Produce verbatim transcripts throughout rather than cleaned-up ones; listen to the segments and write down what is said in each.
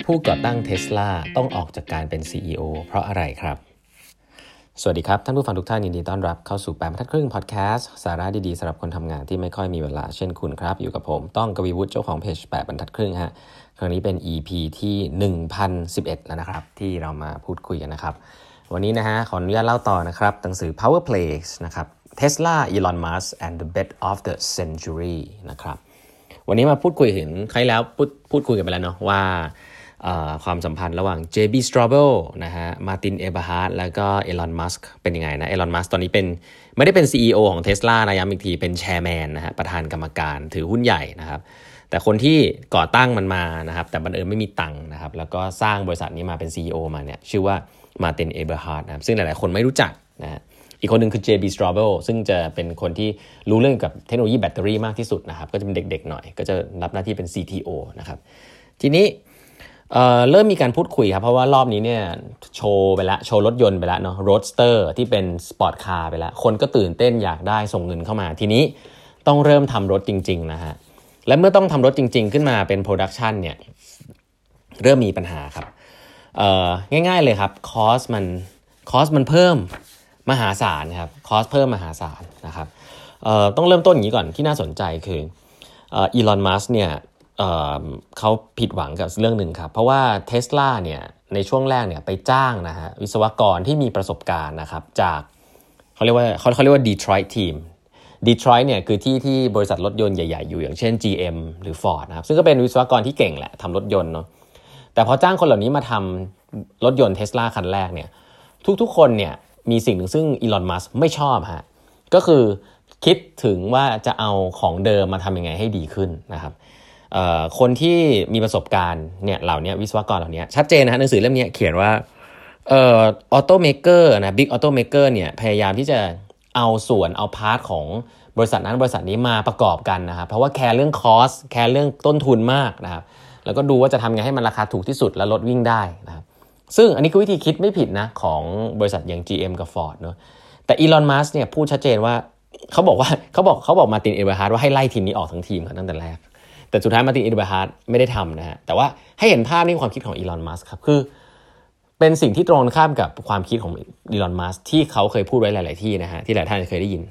ผู้ก่อตั้ง Tesla ต้องออกจากการเป็น ซี อี โอ เพราะอะไรครับสวัสดีครับท่านผู้ฟังทุกท่านยินดีต้อนรับเข้าสู่แปดบรรทัดครึ่งพอดแคสต์สาระดีๆสำหรับคนทำงานที่ไม่ค่อยมีเวลาเช่นคุณครับอยู่กับผมต้องกวีวุฒิเจ้าของเพจแปดบรรทัดครึ่งฮะครั้งนี้เป็น อี พี ที่ หนึ่งพันสิบเอ็ด แล้วนะครับที่เรามาพูดคุยกันนะครับวันนี้นะฮะขออนุญาตเล่าต่อนะครับหนังสือ Power Plays นะครับ Tesla Elon Musk and the Bet of the Century นะครับวันนี้มาพูดคุยถึงใครแล้วพูดพูดคุยกันไปแล้วเนาะว่าความสัมพันธ์ระหว่าง เจ บี Straubel นะฮะ Martin Eberhard แล้วก็ Elon Musk เป็นยังไงนะ Elon Musk ตอนนี้เป็นไม่ได้เป็น ซี อี โอ ของ Tesla นะย้ำอีกทีเป็น Chairman นะฮะประธานกรรมการถือหุ้นใหญ่นะครับแต่คนที่ก่อตั้งมันมานะครับแต่บังเอิญไม่มีตังค์นะครับแล้วก็สร้างบริษัทนี้มาเป็น ซี อี โอ มาเนี่ยชื่อว่า Martin Eberhard นะครับซึ่งหลายๆคนไม่รู้จักนะฮะอีกคนนึงคือ เจ บี Straubel ซึ่งจะเป็นคนที่รู้เรื่องกับเทคโนโลยีแบตเตอรี่มากที่สุดนะครับก็จะเป็นเด็กๆหน่อยก็จะรับหน้าที่เป็น ซี ที โอ นะครับทีนี้เอ่อเริ่มมีการพูดคุยครับเพราะว่ารอบนี้เนี่ยโชว์ไปแล้วโชว์รถยนต์ไปแล้วเนาะโรดสเตอร์ที่เป็นสปอร์ตคาร์ไปแล้วคนก็ตื่นเต้นอยากได้ส่งเงินเข้ามาทีนี้ต้องเริ่มทำรถจริงๆนะฮะและเมื่อต้องทำรถจริงๆขึ้นมาเป็นโปรดักชันเนี่ยเริ่มมีปัญหาครับเอ่อง่ายๆเลยครับคอสมันคอสมันเพิ่มมหาศาลครับคอสเพิ่มมหาศาลนะครับเอ่อต้องเริ่มต้นอย่างนี้ก่อนที่น่าสนใจคือเอ่ออีลอนมัสก์เนี่ยเอ่อเขาผิดหวังกับเรื่องหนึ่งครับเพราะว่า Tesla เนี่ยในช่วงแรกเนี่ยไปจ้างนะฮะวิศวกรที่มีประสบการณ์นะครับจากเขาเรียกว่าเขาเขาเรียกว่า Detroit Team Detroit เนี่ยคือที่ที่บริษัทรถยนต์ใหญ่ๆอยู่อย่างเช่น จี เอ็ม หรือ Ford นะครับซึ่งก็เป็นวิศวกรที่เก่งแหละทำรถยนต์เนาะแต่พอจ้างคนเหล่านี้มาทำรถยนต์ Tesla คันแรกเนี่ยทุกๆคนเนี่ยมีสิ่งหนึ่งซึ่งอีลอนมัสก์ไม่ชอบฮะก็คือคิดถึงว่าจะเอาของเดิมมาทำยังไงให้ดีขึ้นนะครับคนที่มีประสบการณ์เนี่ยเหล่านี้วิศวกรเหล่านี้ชัดเจนนะหนังสือเล่มนี้เขียนว่าเอ่อออโตเมเกอร์นะบิ๊กออโตเมเกอร์เนี่ยพยายามที่จะเอาส่วนเอาพาร์ทของบริษัทนั้นบริษัทนี้มาประกอบกันนะครับเพราะว่าแคร์เรื่องคอสแคร์เรื่องต้นทุนมากนะครับแล้วก็ดูว่าจะทำยังไงให้มันราคาถูกที่สุดและรถวิ่งได้นะครับซึ่งอันนี้คือวิธีคิดไม่ผิดนะของบริษัทอย่าง จี เอ็ม กับ Ford เนอะแต่อีลอนมัสก์เนี่ยพูดชัดเจนว่าเขาบอกว่าเขาบอกเขาบอกมาร์ติน เอเบอร์ฮาร์ดว่าให้ไล่ทีมนี้ออกทั้งทีมกันตั้งแต่แรกแต่สุดท้ายมาร์ติน เอเบอร์ฮาร์ดไม่ได้ทำนะฮะแต่ว่าให้เห็นภาพนี่ความคิดของอีลอนมัสก์ครับคือเป็นสิ่งที่ตรงข้ามกับความคิดของอีลอนมัสก์ที่เขาเคยพูดไว้หลายๆที่นะฮะที่หลายท่านเคยได้ยิน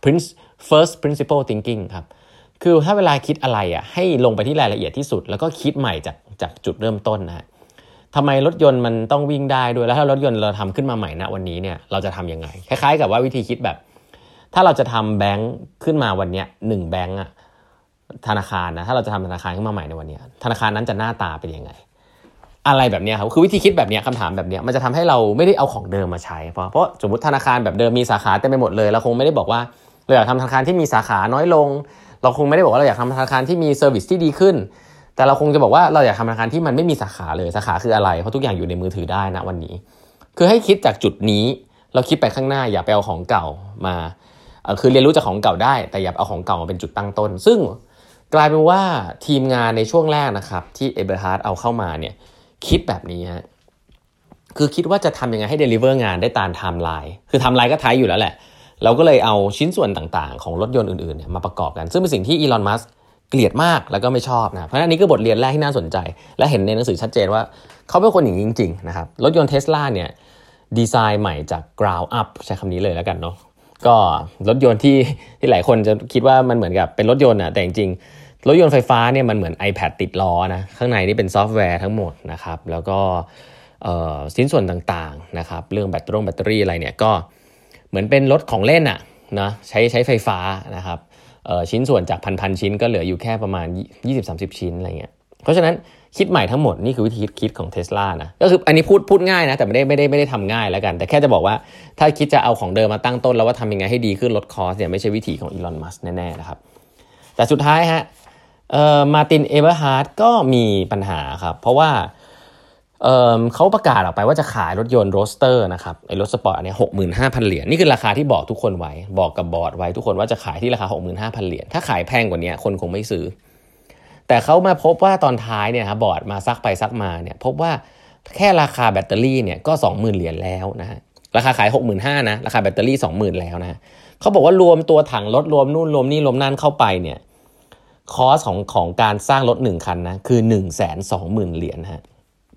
first principle thinking ครับคือถ้าเวลาคิดอะไรอ่ะให้ลงไปที่รายละเอียดที่สุดแล้วก็คิดใหม่จากจากจุดเริ่มต้นนะฮะทำไมรถยนต์มันต้องวิ่งได้ด้วยแล้วถ้ารถยนต์เราทำขึ้นมาใหม่ณวันนี้เนี่ยเราจะทำยังไงคล้ายๆกับว่าวิธีคิดแบบถ้าเราจะทำแบงค์ขึ้นมาวันนี้หนึ่งแบงค์อะธนาคารนะถ้าเราจะทำธนาคารขึ้นมาใหม่ในวันนี้ธนาคารนั้นจะหน้าตาเป็นยังไงอะไรแบบนี้ครับคือวิธีคิดแบบนี้คำถามแบบนี้มันจะทำให้เราไม่ได้เอาของเดิมมาใช้เพราะเพราะสมมติธนาคารแบบเดิมมีสาขาเต็มไปหมดเลยเราคงไม่ได้บอกว่าเราอยากทำธนาคารที่มีสาขาน้อยลงเราคงไม่ได้บอกว่าเราอยากทำธนาคารที่มีเซอร์วิสที่ดีขึ้นแต่เราคงจะบอกว่าเราอยากทำธนาคารที่มันไม่มีสาขาเลยสาขาคืออะไรเพราะทุกอย่างอยู่ในมือถือได้นะวันนี้คือให้คิดจากจุดนี้เราคิดไปข้างหน้าอย่าไปเอาของเก่ามาคือเรียนรู้จากของเก่าได้แต่อย่าเอาของเก่ามาเป็นจุดตั้งต้นซึ่งกลายเป็นว่าทีมงานในช่วงแรกนะครับที่เอเบอร์ฮาร์ดเอาเข้ามาเนี่ยคิดแบบนี้ฮะคือคิดว่าจะทำยังไงให้เดลิเวอร์งานได้ตามไทม์ไลน์คือไทม์ไลน์ก็ไทยอยู่แล้วแหละเราก็เลยเอาชิ้นส่วนต่างๆของรถยนต์อื่นๆเนี่ยมาประกอบกันซึ่งเป็นสิ่งที่อีลอนมัสก์เกลียดมากแล้วก็ไม่ชอบนะเพราะฉะนั้นนี่ก็บทเรียนแรกที่น่าสนใจและเห็นในหนังสือชัดเจนว่าเขาเป็นคนอย่างนี้จริงๆนะครับรถยนต์ Tesla เนี่ยดีไซน์ใหม่จาก ground up ใช้คำนี้เลยแล้วกันเนาะก็รถยนต์ที่ที่หลายคนจะคิดว่ามันเหมือนกับเป็นรถยนต์อะแต่จริงๆรถยนต์ไฟฟ้าเนี่ยมันเหมือน iPad ติดล้อนะข้างในนี่เป็นซอฟต์แวร์ทั้งหมดนะครับแล้วก็ชิ้นส่วนต่างๆนะครับเรื่องแบตเตอรี่แบตเตอรี่อะไรเนี่ยก็เหมือนเป็นรถของเล่นอะนะใช้ใช้ไฟฟ้านะครับชิ้นส่วนจากพันๆชิ้นก็เหลืออยู่แค่ประมาณ ยี่สิบถึงสามสิบ ชิ้นอะไรเงี้ยเพราะฉะนั้นคิดใหม่ทั้งหมดนี่คือวิธีคิดของ Tesla นะก็คืออันนี้พูดพูดง่ายนะแต่ไม่ได้ไม่ได้ไม่ได้ทำง่ายแล้วกันแต่แค่จะบอกว่าถ้าคิดจะเอาของเดิมมาตั้งต้นแล้วว่าทำยังไงให้ดีขึ้นลดคอสเนี่ยไม่ใช่วิธีของอีลอนมัสก์แน่ๆนะครับแต่สุดท้ายฮะเอ่อมาร์ติน เอเบอร์ฮาร์ดก็มีปัญหาครับเพราะว่าเอ่อเขาประกาศออกไปว่าจะขายรถยนต์โรสเตอร์นะครับไอ้รถสปอร์ตอันนี้ หกหมื่นห้าพัน เหรียญนี่คือราคาที่บอกทุกคนไว้บอกกับบอร์ดไว้ทุกคนว่าจะขายที่ราคา หกหมื่นห้าพัน เหรียญถ้าขายแพงกว่านี้คนคงไม่ซื้อแต่เขามาพบว่าตอนท้ายเนี่ยครับบอร์ดมาซักไปซักมาเนี่ยพบว่าแค่ราคาแบตเตอรี่เนี่ยก็ สองหมื่น เหรียญแล้วนะฮะราคาขาย หกหมื่นห้าพัน นะราคาแบตเตอรี่ สองหมื่น แล้วนะเขาบอกว่ารวมตัวถังรถรวมนู่นรวมนี่รวมนั่นเข้าไปเนี่ยคอสของของการสร้างรถหนึ่งคันนะคือ หนึ่งแสนสองหมื่น เหรียญฮะ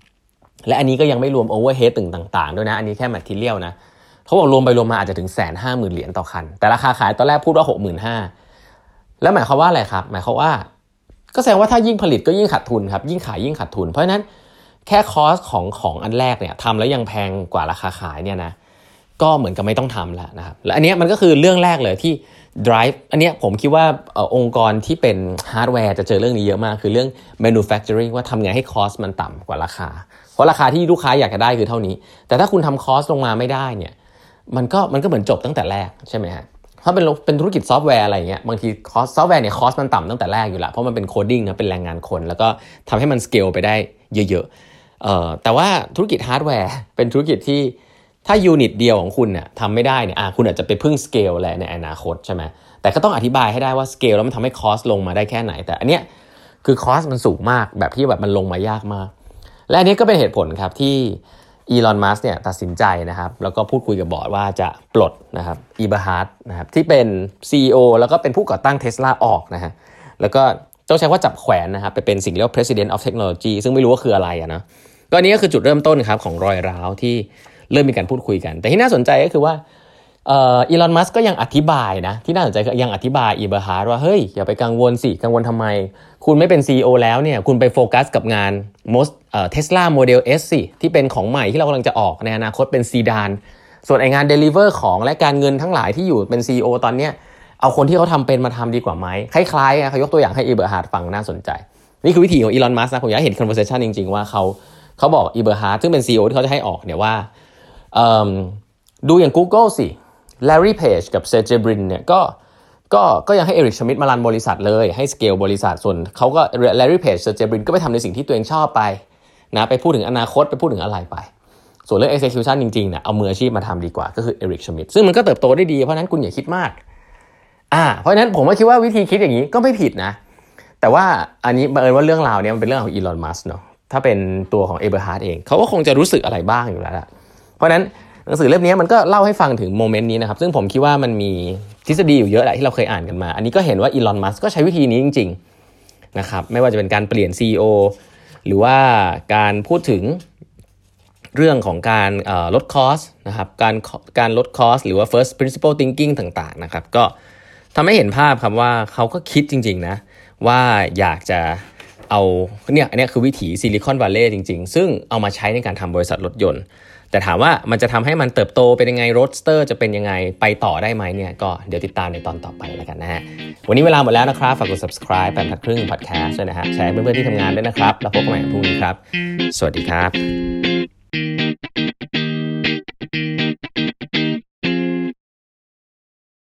และอันนี้ก็ยังไม่รวมโอเวอร์เฮดต่างๆด้วยนะอันนี้แค่แมททีเรียลนะเขาบอกรวมไปรวมมาอาจจะถึง หนึ่งแสนห้าหมื่น เหรียญต่อคันแต่ราคาขายตอนแรกพูดว่า หกหมื่นห้าพัน แล้วหมายความว่าอะไรครับหมายความว่าก็แสดงว่าถ้ายิ่งผลิตก็ยิ่งขาดทุนครับยิ่งขายยิ่งขาดทุนเพราะฉะนั้นแค่คอสของของอันแรกเนี่ยทำแล้วยังแพงกว่าราคาขายเนี่ยนะก็เหมือนกับไม่ต้องทำแล้วนะครับและอันนี้มันก็คือเรื่องแรกเลยที่ drive อันนี้ผมคิดว่าเอ่อองค์กรที่เป็นฮาร์ดแวร์จะเจอเรื่องนี้เยอะมากคือเรื่อง manufacturing ว่าทำไงให้คอสมันต่ำกว่าราคาเพราะราคาที่ลูกค้าอยากจะได้คือเท่านี้แต่ถ้าคุณทำคอสลงมาไม่ได้เนี่ยมันก็มันก็เหมือนจบตั้งแต่แรกใช่ไหมฮะถ้าเป็นเป็นธุรกิจซอฟต์แวร์อะไรเงี้ยบางทีคอสซอฟต์แวร์เนี่ยคอสมันต่ำตั้งแต่แรกอยู่แล้วเพราะมันเป็นโคดดิ้งนะเป็นแรงงานคนแล้วก็ทำให้มันสเกลไปได้เยอะๆเอ่อแต่ว่าธุรกิจฮาร์ดแวร์เป็นธุรกิจที่ถ้ายูนิตเดียวของคุณเนี่ยทำไม่ได้เนี่ยอ่ะคุณอาจจะไปพึ่งสเกลแหละในอนาคตใช่ไหมแต่ก็ต้องอธิบายให้ได้ว่าสเกลแล้วมันทำให้คอสลงมาได้แค่ไหนแต่อันเนี้ยคือคอสมันสูงมากแบบที่แบบมันลงมายากมากและอันนี้ก็เป็นเหตุผลครับที่อีลอน มัสก์เนี่ยตัดสินใจนะครับแล้วก็พูดคุยกับบอร์ดว่าจะปลดนะครับอีเบอร์ฮาร์ดนะครับที่เป็น ซี อี โอ แล้วก็เป็นผู้ก่อตั้ง Tesla ออกนะฮะแล้วก็ต้องใช้ว่าจับแขวนนะครับไปเป็นสิ่งที่เรียกว่า President of Technology ซึ่งไม่รู้ว่าคืออะไรอะนะก็อันนี้ก็คือจุดเริ่มต้นครับของรอยร้าวที่เริ่มมีการพูดคุยกันแต่ที่น่าสนใจก็คือว่าเอ่ออีลอน มัสก์ก็ยังอธิบายนะที่น่าสนใจก็ยังอธิบายอีเบอร์ฮาร์ดว่าเฮ้ยอย่าไปกังวลสิกังวลทำไมคุณไม่เป็น ซี อี โอ แล้วเนี่ยคุณไปโฟกัสกับงาน most เอ่อ Tesla Model S สิที่เป็นของใหม่ที่เรากำลังจะออกในอนาคตเป็นซีดานส่วนไอ้งาน deliver ของและการเงินทั้งหลายที่อยู่เป็น ซี อี โอ ตอนเนี้ยเอาคนที่เขาทำเป็นมาทำดีกว่าไหมคล้ายๆเขายกตัวอย่างให้อีเบอร์ฮาร์ดฟังน่าสนใจนี่คือวิธีของอีลอน มัสก์นะผมอยากเห็น conversation จริงๆว่าเขาเขาบอกอีเบอร์ฮาร์ดซึ่งเป็น ซี อี โอ ที่เขาจะให้ออกเนี่ยว่าเอ่อดูอย่าง Google สิLarry Page กับ Sergey Brin เนี่ยก็ก็ก็ยังให้ Eric Schmidt มารันบริษัทเลยให้สเกลบริษัทส่วนเขาก็ Larry Page Sergey Brin ก็ไปทำในสิ่งที่ตัวเองชอบไปนะไปพูดถึงอนาคตไปพูดถึงอะไรไปส่วนเรื่อง execution จริงๆเนี่ยเอามืออาชีพมาทำดีกว่าก็คือ Eric Schmidt ซึ่งมันก็เติบโตได้ดีเพราะนั้นคุณอย่าคิดมากอ่าเพราะฉะนั้นผมก็คิดว่าวิธีคิดอย่างนี้ก็ไม่ผิดนะแต่ว่าอันนี้บังเอิญว่าเรื่องราวเนี่ยมันเป็นเรื่องของ Elon Musk เนาะถ้าเป็นตัวของ Eberhard เองเขาก็คงจะรู้สึกอะไรบ้างอยู่แล้วล่ะเพราะนั้นหนังสือเล่มนี้มันก็เล่าให้ฟังถึงโมเมนต์นี้นะครับซึ่งผมคิดว่ามันมีทฤษฎีอยู่เยอะแหละที่เราเคยอ่านกันมาอันนี้ก็เห็นว่าอีลอน มัสก์ก็ใช้วิธีนี้จริงๆนะครับไม่ว่าจะเป็นการเปลี่ยน ซี อี โอ หรือว่าการพูดถึงเรื่องของการลดคอสนะครับการการลดคอสหรือว่า first principle thinking ต่างๆนะครับก็ทำให้เห็นภาพครับว่าเขาก็คิดจริงๆนะว่าอยากจะเอาเนี่ยอันนี้คือวิถีซิลิคอนวัลเลย์จริงๆซึ่งเอามาใช้ในการทำบริษัทรถยนต์แต่ถามว่ามันจะทำให้มันเติบโตเป็นยังไงโรดสเตอร์จะเป็นยังไงไปต่อได้ไหมเนี่ยก็เดี๋ยวติดตามในตอนต่อไปแล้วกันนะฮะวันนี้เวลาหมดแล้วนะครับฝากกด subscribe แปดบรรทัดครึ่ง podcast ด้วยนะฮะแชร์เพื่อนๆที่ทำงานด้วยนะครับแล้วพบกันใหม่พรุ่งนี้ครับสวัสดีครับ